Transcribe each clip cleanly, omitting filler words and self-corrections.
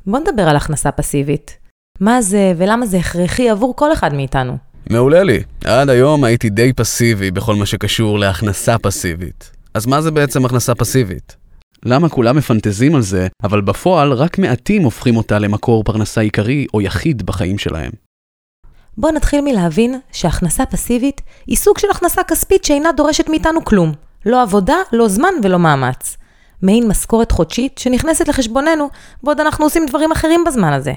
בוא נדבר על הכנסה פסיבית. מה זה ולמה זה הכרחי עבור כל אחד מאיתנו? מעולה לי. עד היום הייתי די פסיבי בכל מה שקשור להכנסה פסיבית. אז מה זה בעצם הכנסה פסיבית? למה כולם מפנטזים על זה, אבל בפועל רק מעטים הופכים אותה למקור פרנסה עיקרי או יחיד בחיים שלהם? בוא נתחיל מלהבין שהכנסה פסיבית היא סוג של הכנסה כספית שאינה דורשת מאיתנו כלום. לא עבודה, לא זמן ולא מאמץ. מעין משכורת חודשית שנכנסת לחשבוננו, בעוד אנחנו עושים דברים אחרים בזמן הזה.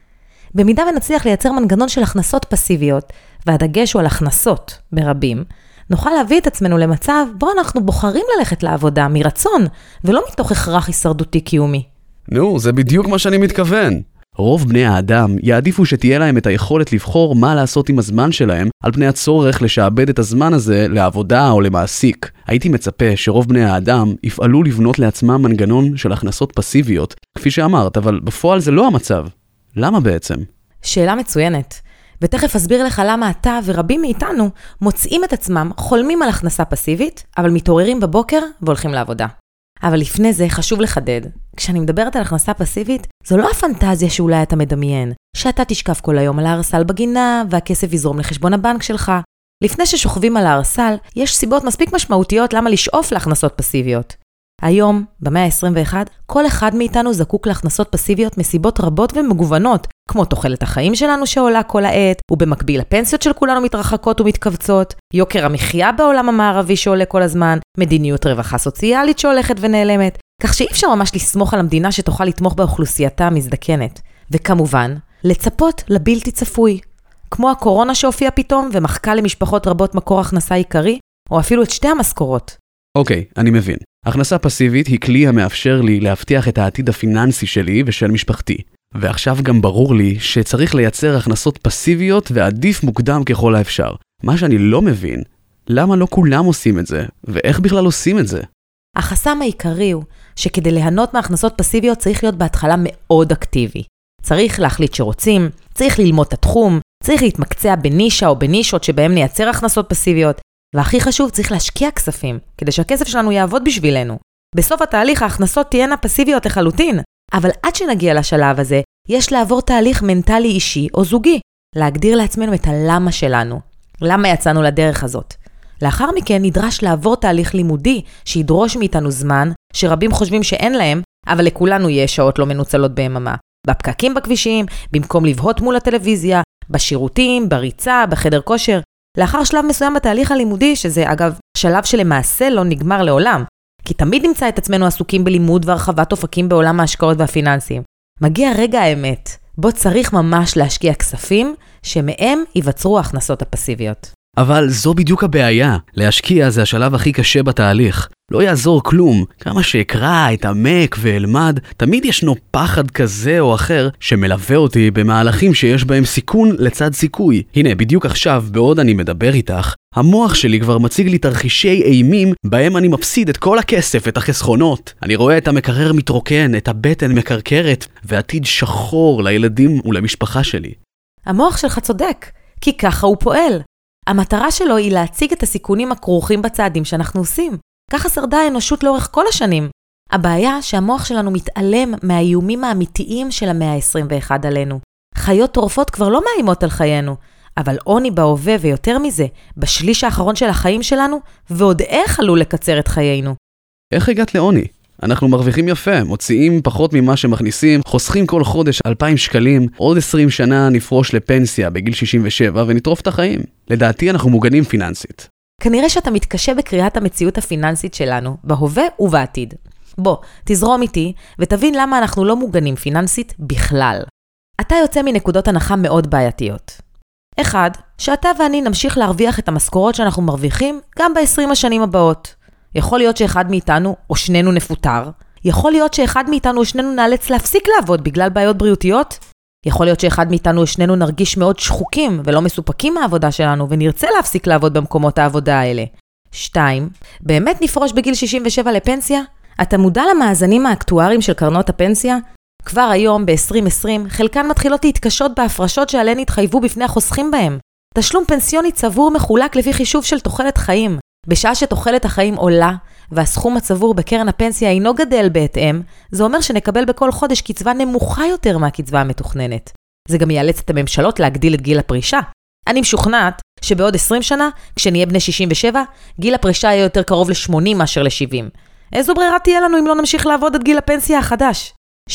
במידה ונצליח לייצר מנגנון של הכנסות פסיביות, והדגש הוא על הכנסות ברבים, נוכל להביא את עצמנו למצב בו אנחנו בוחרים ללכת לעבודה מרצון, ולא מתוך הכרח הישרדותי קיומי. נו, זה בדיוק מה שאני מתכוון. רוב בני האדם יעדיפו שתהיה להם את היכולת לבחור מה לעשות עם הזמן שלהם, על פני הצורך לשעבד את הזמן הזה לעבודה או למעסיק. הייתי מצפה שרוב בני האדם יפעלו לבנות לעצמם מנגנון של הכנסות פסיביות, כפי שאמרת, אבל בפועל זה לא המצב. למה בעצם? שאלה מצוינת. ותכף אסביר לך למה אתה ורבים מאיתנו מוצאים את עצמם חולמים על הכנסה פסיבית, אבל מתעוררים בבוקר והולכים לעבודה. אבל לפני זה חשוב לחדד. כשאני מדברת על הכנסה פסיבית, זו לא הפנטזיה שאולי אתה מדמיין, שאתה תשכב כל היום על הארסל בגינה והכסף יזרום לחשבון הבנק שלך. לפני ששוכבים על הארסל, יש סיבות מספיק משמעותיות למה לשאוף להכנסות פסיביות. היום, במאה ה-21, כל אחד מאיתנו זקוק להכנסות פסיביות מסיבות רבות ומגוונות, כמו תוחלת החיים שלנו שעולה כל העת, ובמקביל הפנסיות של כולנו מתרחקות ומתכווצות, יוקר המחיה בעולם המערבי שעולה כל הזמן, מדיניות רווחה סוציאלית שהולכת ונעלמת, כך שאי אפשר ממש לסמוך על המדינה שתוכל לתמוך באוכלוסייתה המזדקנת. וכמובן, לצפות לבלתי צפוי, כמו הקורונה שהופיעה פתאום ומחקה למשפחות רבות מקור הכנסה עיקרי, או אפילו את שתי המשכורות. אוקיי, אני מבין. הכנסה פסיבית היא כלי המאפשר לי להבטיח את העתיד הפיננסי שלי ושל משפחתי. ועכשיו גם ברור לי שצריך לייצר הכנסות פסיביות ועדיף מוקדם ככל האפשר. מה שאני לא מבין, למה לא כולם עושים את זה, ואיך בכלל עושים את זה? החסם העיקרי הוא שכדי ליהנות מהכנסות פסיביות צריך להיות בהתחלה מאוד אקטיבי. צריך להחליט שרוצים, צריך ללמוד את התחום, צריך להתמקצע בנישה או בנישות שבהם נייצר הכנסות פסיביות, והכי חשוב, צריך להשקיע כספים, כדי שהכסף שלנו יעבוד בשבילנו. בסוף התהליך ההכנסות תהיינה פסיביות לחלוטין, אבל עד שנגיע לשלב הזה, יש לעבור תהליך מנטלי אישי או זוגי, להגדיר לעצמנו את הלמה שלנו. למה יצאנו לדרך הזאת? לאחר מכן נדרש לעבור תהליך לימודי שידרוש מאיתנו זמן, שרבים חושבים שאין להם, אבל לכולנו יש שעות לא מנוצלות ביממה. בפקקים בכבישים, במקום לבהות מול הטלוויזיה, בשירותים, בריצה, בחדר כושר. לאחר שלב מסוים בתהליך הלימודי, שזה אגב שלב שלמעשה לא נגמר לעולם, כי תמיד נמצא את עצמנו עסוקים בלימוד והרחבת אופקים בעולם ההשקעות והפיננסים. מגיע רגע האמת, בו צריך ממש להשקיע כספים, שמהם ייווצרו ההכנסות הפסיביות. אבל זו בדיוק הבעיה. להשקיע זה השלב הכי קשה בתהליך. לא יעזור כלום. כמה שאקרא, אתעמק ואלמד, תמיד ישנו פחד כזה או אחר שמלווה אותי במהלכים שיש בהם סיכון לצד סיכוי. הנה, בדיוק עכשיו, בעוד אני מדבר איתך, המוח שלי כבר מציג לי תרחישי אימים בהם אני מפסיד את כל הכסף, את החסכונות. אני רואה את המקרר מתרוקן, את הבטן מקרקרת, ועתיד שחור לילדים ולמשפחה שלי. המוח שלך צודק, כי ככה הוא פועל. המטרה שלו היא להציג את הסיכונים הכרוכים בצעדים שאנחנו עושים. ככה שרדה האנושות לאורך כל השנים. הבעיה שהמוח שלנו מתעלם מהאיומים האמיתיים של המאה ה-21 עלינו. חיות טורפות כבר לא מאיימות על חיינו, אבל עוני בהווה ויותר מזה, בשליש האחרון של החיים שלנו, ועוד איך עלול לקצר את חיינו. איך הגעת לעוני? אנחנו מרוויחים יפה, מוציאים פחות ממה שמכניסים, חוסכים כל חודש 2,000 שקלים, עוד 20 שנה נפרוש לפנסיה בגיל 67 ונטרוף את החיים. לדעתי אנחנו מוגנים פיננסית. כנראה שאתה מתקשה בקריאת המציאות הפיננסית שלנו, בהווה ובעתיד. בוא, תזרום איתי ותבין למה אנחנו לא מוגנים פיננסית בכלל. אתה יוצא מנקודות הנחה מאוד בעייתיות. 1. שאתה ואני נמשיך להרוויח את המשכורות שאנחנו מרוויחים גם ב-20 השנים הבאות. יכול להיות שאחד מאיתנו או שנינו נפוטר. יכול להיות שאחד מאיתנו או שנינו נאלץ להפסיק לעבוד בגלל בעיות בריאותיות. יכול להיות שאחד מאיתנו או שנינו נרגיש מאוד שחוקים ולא מסופקים מהעבודה שלנו ונרצה להפסיק לעבוד במקומות העבודה האלה. 2. באמת נפרוש בגיל 67 לפנסיה? אתה מודע למאזנים האקטואריים של קרנות הפנסיה? כבר היום ב-2020 חלקן מתחילות להתקשות בהפרשות שעליהן התחייבו בפני החוסכים בהם. תשלום פנסיוני צבור מחולק לפי חישוב של תוחלת חיים. בשעה שתוחלת החיים עולה והסכום הצבור בקרן הפנסיה אינו גדל בהתאם, זה אומר שנקבל בכל חודש קצבה נמוכה יותר מהקצבה המתוכננת. זה גם יאלץ את הממשלות להגדיל את גיל הפרישה. אני משוכנעת שבעוד 20 שנה, כשנהיה בני 67, גיל הפרישה יהיה יותר קרוב ל-80 מאשר ל-70. איזו ברירה תהיה לנו אם לא נמשיך לעבוד עד גיל הפנסיה החדש?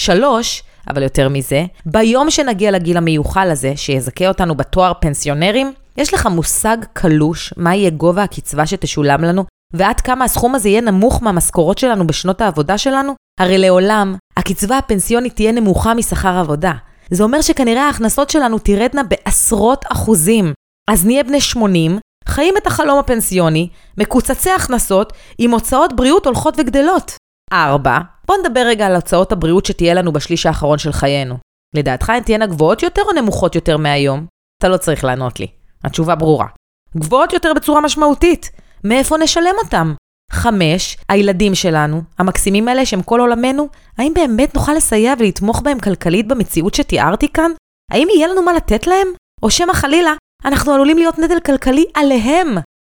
3, אבל יותר מזה, ביום שנגיע לגיל המיוחל הזה, שיזכה אותנו בתואר פנסיונרים, יש לך מושג קלוש מה יהיה גובה הקצבה שתשולם לנו, ועד כמה הסכום הזה יהיה נמוך מהמשכורות שלנו בשנות העבודה שלנו? הרי לעולם, הקצבה הפנסיונית תהיה נמוכה משכר עבודה. זה אומר שכנראה ההכנסות שלנו תירדנה בעשרות אחוזים. אז נהיה בני 80, חיים את החלום הפנסיוני, מקוצצי הכנסות, עם הוצאות בריאות הולכות וגדלות. 4. בוא נדבר רגע על הוצאות הבריאות שתהיה לנו בשליש האחרון של חיינו. לדעתך הן תהיינה גבוהות יותר או נמוכות יותר מהיום? אתה לא צריך לענות לי. התשובה ברורה. גבוהות יותר בצורה משמעותית. מאיפה נשלם אותם? 5. הילדים שלנו, המקסימים האלה שהם כל עולמנו, האם באמת נוכל לסייע ולתמוך בהם כלכלית במציאות שתיארתי כאן? האם יהיה לנו מה לתת להם? או שמא חלילה, אנחנו עלולים להיות נטל כלכלי עליהם?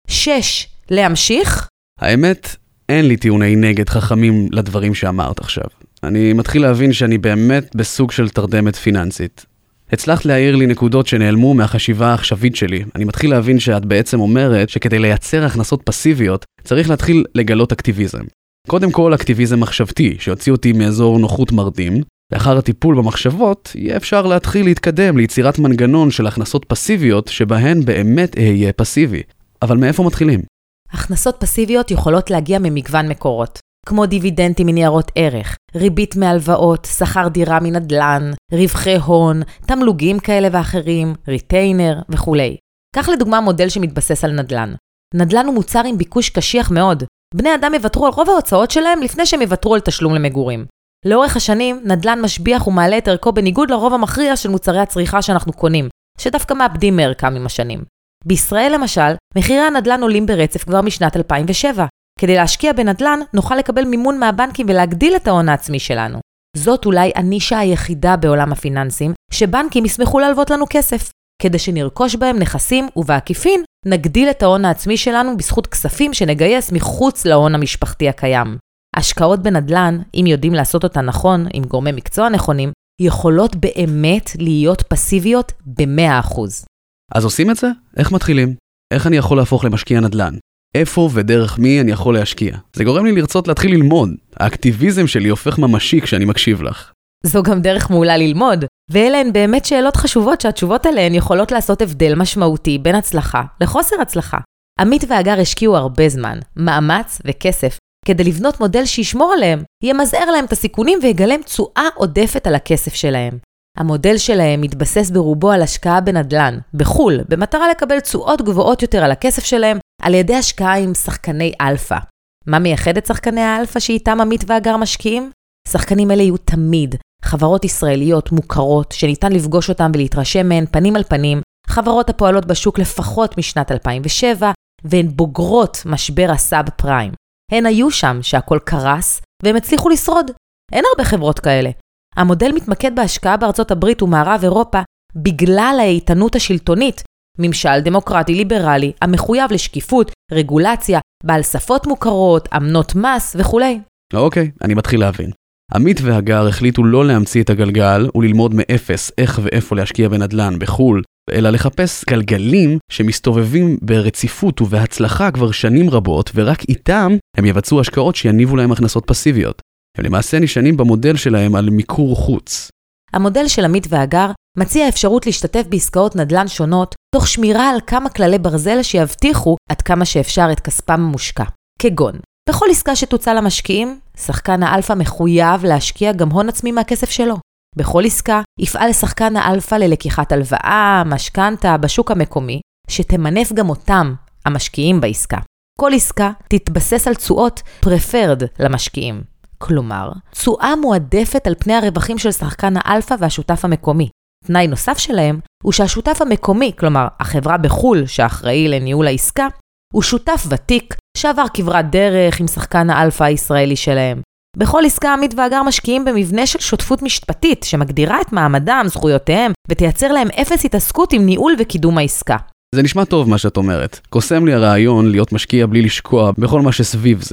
6. להמשיך? האמת, אין לי טיעוני נגד חכמים לדברים שאמרת עכשיו. אני מתחיל להבין שאני באמת בסוג של תרדמת פיננסית. הצלחת להעיר לי נקודות שנעלמו מהחשיבה העכשווית שלי. אני מתחיל להבין שאת בעצם אומרת שכדי לייצר הכנסות פסיביות, צריך להתחיל לגלות אקטיביזם. קודם כל אקטיביזם מחשבתי, שיוציא אותי מאזור נוחות מרדים. לאחר הטיפול במחשבות, יהיה אפשר להתחיל להתקדם ליצירת מנגנון של הכנסות פסיביות, שבהן באמת אהיה פסיבי. אבל מאיפה מתחילים? הכנסות פסיביות יכולות להגיע ממגוון מקורות, כמו דיבידנדים מניירות ערך, ריבית מהלוואות, שכר דירה מנדלן, רווחי הון, תמלוגים כאלה ואחרים, ריטיינר וכו'. כך לדוגמה מודל שמתבסס על נדלן. נדלן הוא מוצר עם ביקוש קשיח מאוד. בני אדם יוותרו על רוב ההוצאות שלהם לפני שהם יוותרו על תשלום למגורים. לאורך השנים, נדלן משביח ומעלה את ערכו בניגוד לרוב המכריע של מוצרי הצריכה שאנחנו קונים, שדווקא מאבדים מערכם עם השנים. בישראל למשל, מחירי הנדלן עולים ברצף כבר משנת 2007. כדי להשקיע בנדלן, נוכל לקבל מימון מהבנקים ולהגדיל את ההון העצמי שלנו. זאת אולי הנישה היחידה בעולם הפיננסים, שבנקים ישמחו להלוות לנו כסף, כדי שנרכוש בהם נכסים ובעקיפין נגדיל את ההון העצמי שלנו בזכות כספים שנגייס מחוץ להון המשפחתי הקיים. השקעות בנדלן, אם יודעים לעשות אותה נכון, עם גורמי מקצוע נכונים, יכולות באמת להיות פסיביות ב-100%. אז עושים את זה? איך מתחילים? איך אני יכול להפוך למשקיע נדל"ן? איפה ודרך מי אני יכול להשקיע? זה גורם לי לרצות להתחיל ללמוד. האקטיביזם שלי הופך ממשי כשאני מקשיב לך. זו גם דרך מעולה ללמוד, ואלה הן באמת שאלות חשובות שהתשובות עליהן יכולות לעשות הבדל משמעותי בין הצלחה לחוסר הצלחה. עמית והגר השקיעו הרבה זמן, מאמץ וכסף, כדי לבנות מודל שישמור עליהם, ימזער להם את הסיכונים ויגלם תשואה עודפת על הכסף שלהם. המודל שלהם מתבסס ברובו על השקעה בנדלן, בחול, במטרה לקבל תשואות גבוהות יותר על הכסף שלהם, על ידי השקעה עם שחקני אלפא. מה מייחד את שחקני האלפא שאיתם עמית והגר משקיעים? שחקנים אלה יהיו תמיד חברות ישראליות מוכרות, שניתן לפגוש אותם ולהתרשם מהן פנים על פנים, חברות הפועלות בשוק לפחות משנת 2007, והן בוגרות משבר הסאב פריים. הן היו שם שהכל קרס, והם הצליחו לשרוד. אין הרבה חברות כאלה. המודל מתמקד בהשקעה בארצות הברית ומערב אירופה, בגלל האיתנות השלטונית, ממשל דמוקרטי ליברלי, המחויב לשקיפות, רגולציה, בעל שפות מוכרות, אמנות מס וכו'. אוקיי, אני מתחיל להבין. עמית והגר החליטו לא להמציא את הגלגל וללמוד מאפס איך ואיפה להשקיע בנדלן בחול, אלא לחפש גלגלים שמסתובבים ברציפות ובהצלחה כבר שנים רבות, ורק איתם הם יבצעו השקעות שיניבו להם הכנסות פסיביות. הם למעשה נשענים במודל שלהם על מיקור חוץ. המודל של עמית והגר מציע אפשרות להשתתף בעסקאות נדל"ן שונות, תוך שמירה על כמה כללי ברזל שיבטיחו עד כמה שאפשר את כספם המושקע. כגון, בכל עסקה שתוצא למשקיעים, שחקן האלפא מחויב להשקיע גם הון עצמי מהכסף שלו. בכל עסקה יפעל לשחקן האלפא ללקיחת הלוואה, משכנתה בשוק המקומי, שתמנף גם אותם, המשקיעים בעסקה. כל עסקה תתבסס על תשואות preferred למשקיעים. כלומר, תשואה מועדפת על פני הרווחים של שחקן האלפא והשותף המקומי. תנאי נוסף שלהם הוא שהשותף המקומי, כלומר החברה בחול שאחראי לניהול העסקה, הוא שותף ותיק שעבר כברת דרך עם שחקן האלפא הישראלי שלהם. בכל עסקה עמית והגר משקיעים במבנה של שותפות משפטית שמגדירה את מעמדם, זכויותיהם, ותייצר להם אפס התעסקות עם ניהול וקידום העסקה. זה נשמע טוב מה שאת אומרת. קוסם לי הרעיון להיות משקיע בלי לשקוע בכל מה שסביב זה.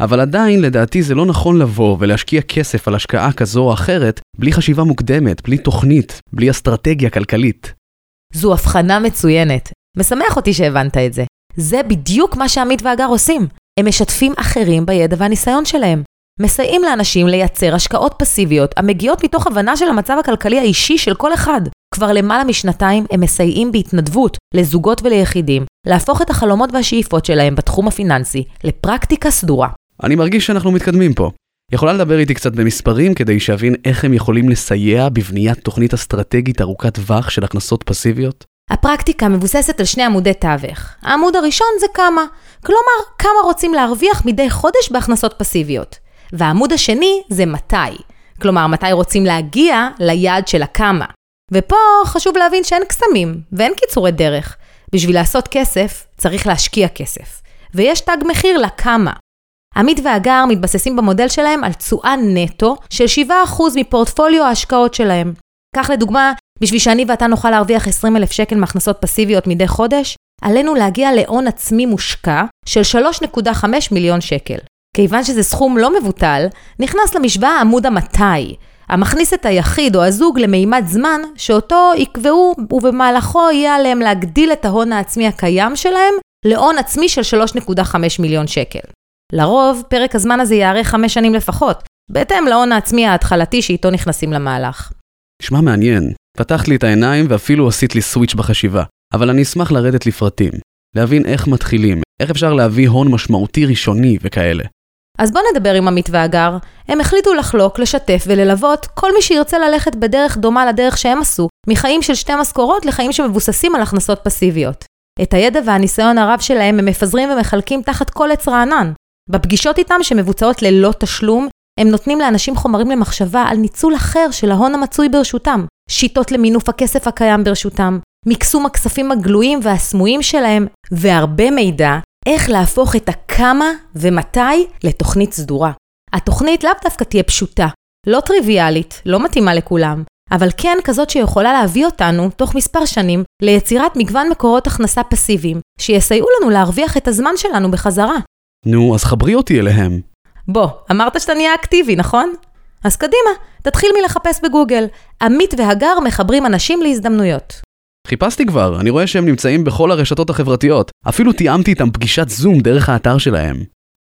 אבל עדיין לדעתי זה לא נכון לבוא ולהשקיע כסף על השקעה כזו או אחרת בלי חשיבה מוקדמת, בלי תוכנית, בלי אסטרטגיה כלכלית. זו הבחנה מצוינת. משמח אותי שהבנת את זה. זה בדיוק מה שעמית והגר עושים. הם משתפים אחרים בידע והניסיון שלהם. מסייעים לאנשים לייצר השקעות פסיביות המגיעות מתוך הבנה של המצב הכלכלי האישי של כל אחד. כבר למעלה משנתיים הם מסייעים בהתנדבות לזוגות וליחידים להפוך את החלומות והשאיפות שלהם בתחום הפיננסי לפרקטיקה סדורה. אני מרגיש שאנחנו מתקדמים פה. יכולה לדבר איתי קצת במספרים כדי שאבין איך הם יכולים לסייע בבניית תוכנית אסטרטגית ארוכת טווח של הכנסות פסיביות? הפרקטיקה מבוססת על 2 עמודי תווך. העמוד הראשון זה כמה. כלומר, כמה רוצים להרוויח מדי חודש בהכנסות פסיביות. והעמוד השני זה מתי. כלומר, מתי רוצים להגיע ליעד של הכמה. ופה חשוב להבין שאין קסמים ואין קיצורי דרך. בשביל לעשות כסף צריך להשקיע כסף. ויש תג מחיר לכמה. עמית והגר מתבססים במודל שלהם על תשואה נטו של 7% מפורטפוליו ההשקעות שלהם. כך לדוגמה, בשביל שאני ואתה נוכל להרוויח 20,000 שקל מהכנסות פסיביות מדי חודש, עלינו להגיע להון עצמי מושקע של 3.5 מיליון שקל. כיוון שזה סכום לא מבוטל, נכנס למשוואה עמוד המתי, המכניס את היחיד או הזוג למימד זמן שאותו יקבעו ובמהלכו יהיה עליהם להגדיל את ההון העצמי הקיים שלהם להון עצמי של 3.5 מיליון שקל. לרוב, פרק הזמן הזה יארך 5 שנים לפחות, בהתאם להון העצמי ההתחלתי שאיתו נכנסים למהלך. נשמע מעניין. פתחת לי את העיניים ואפילו עשית לי סוויץ' בחשיבה. אבל אני אשמח לרדת לפרטים. להבין איך מתחילים, איך אפשר להביא הון משמעותי ראשוני וכאלה. אז בוא נדבר עם עמית והגר. הם החליטו לחלוק, לשתף וללוות כל מי שירצה ללכת בדרך דומה לדרך שהם עשו, מחיים של 2 משכורות לחיים שמבוססים על הכנסות פסיביות. את הידע והניסיון הרב שלהם הם מפזרים ומחלקים תחת כל עץ רענן. בפגישות איתם שמבוצעות ללא תשלום, הם נותנים לאנשים חומרים למחשבה על ניצול אחר של ההון המצוי ברשותם, שיטות למינוף הכסף הקיים ברשותם, מקסום הכספים הגלויים והסמויים שלהם, והרבה מידע איך להפוך את הכמה ומתי לתוכנית סדורה. התוכנית לאו דווקא תהיה פשוטה, לא טריוויאלית, לא מתאימה לכולם, אבל כן כזאת שיכולה להביא אותנו תוך מספר שנים ליצירת מגוון מקורות הכנסה פסיביים, שיסייעו לנו להרוויח את הזמן שלנו בחזרה. נו, אז חברי אותי אליהם. בוא, אמרת שאתה נהיה אקטיבי, נכון? אז קדימה, תתחיל מלחפש בגוגל. עמית והגר מחברים אנשים להזדמנויות. חיפשתי כבר, אני רואה שהם נמצאים בכל הרשתות החברתיות. אפילו תיאמתי איתם פגישת זום דרך האתר שלהם.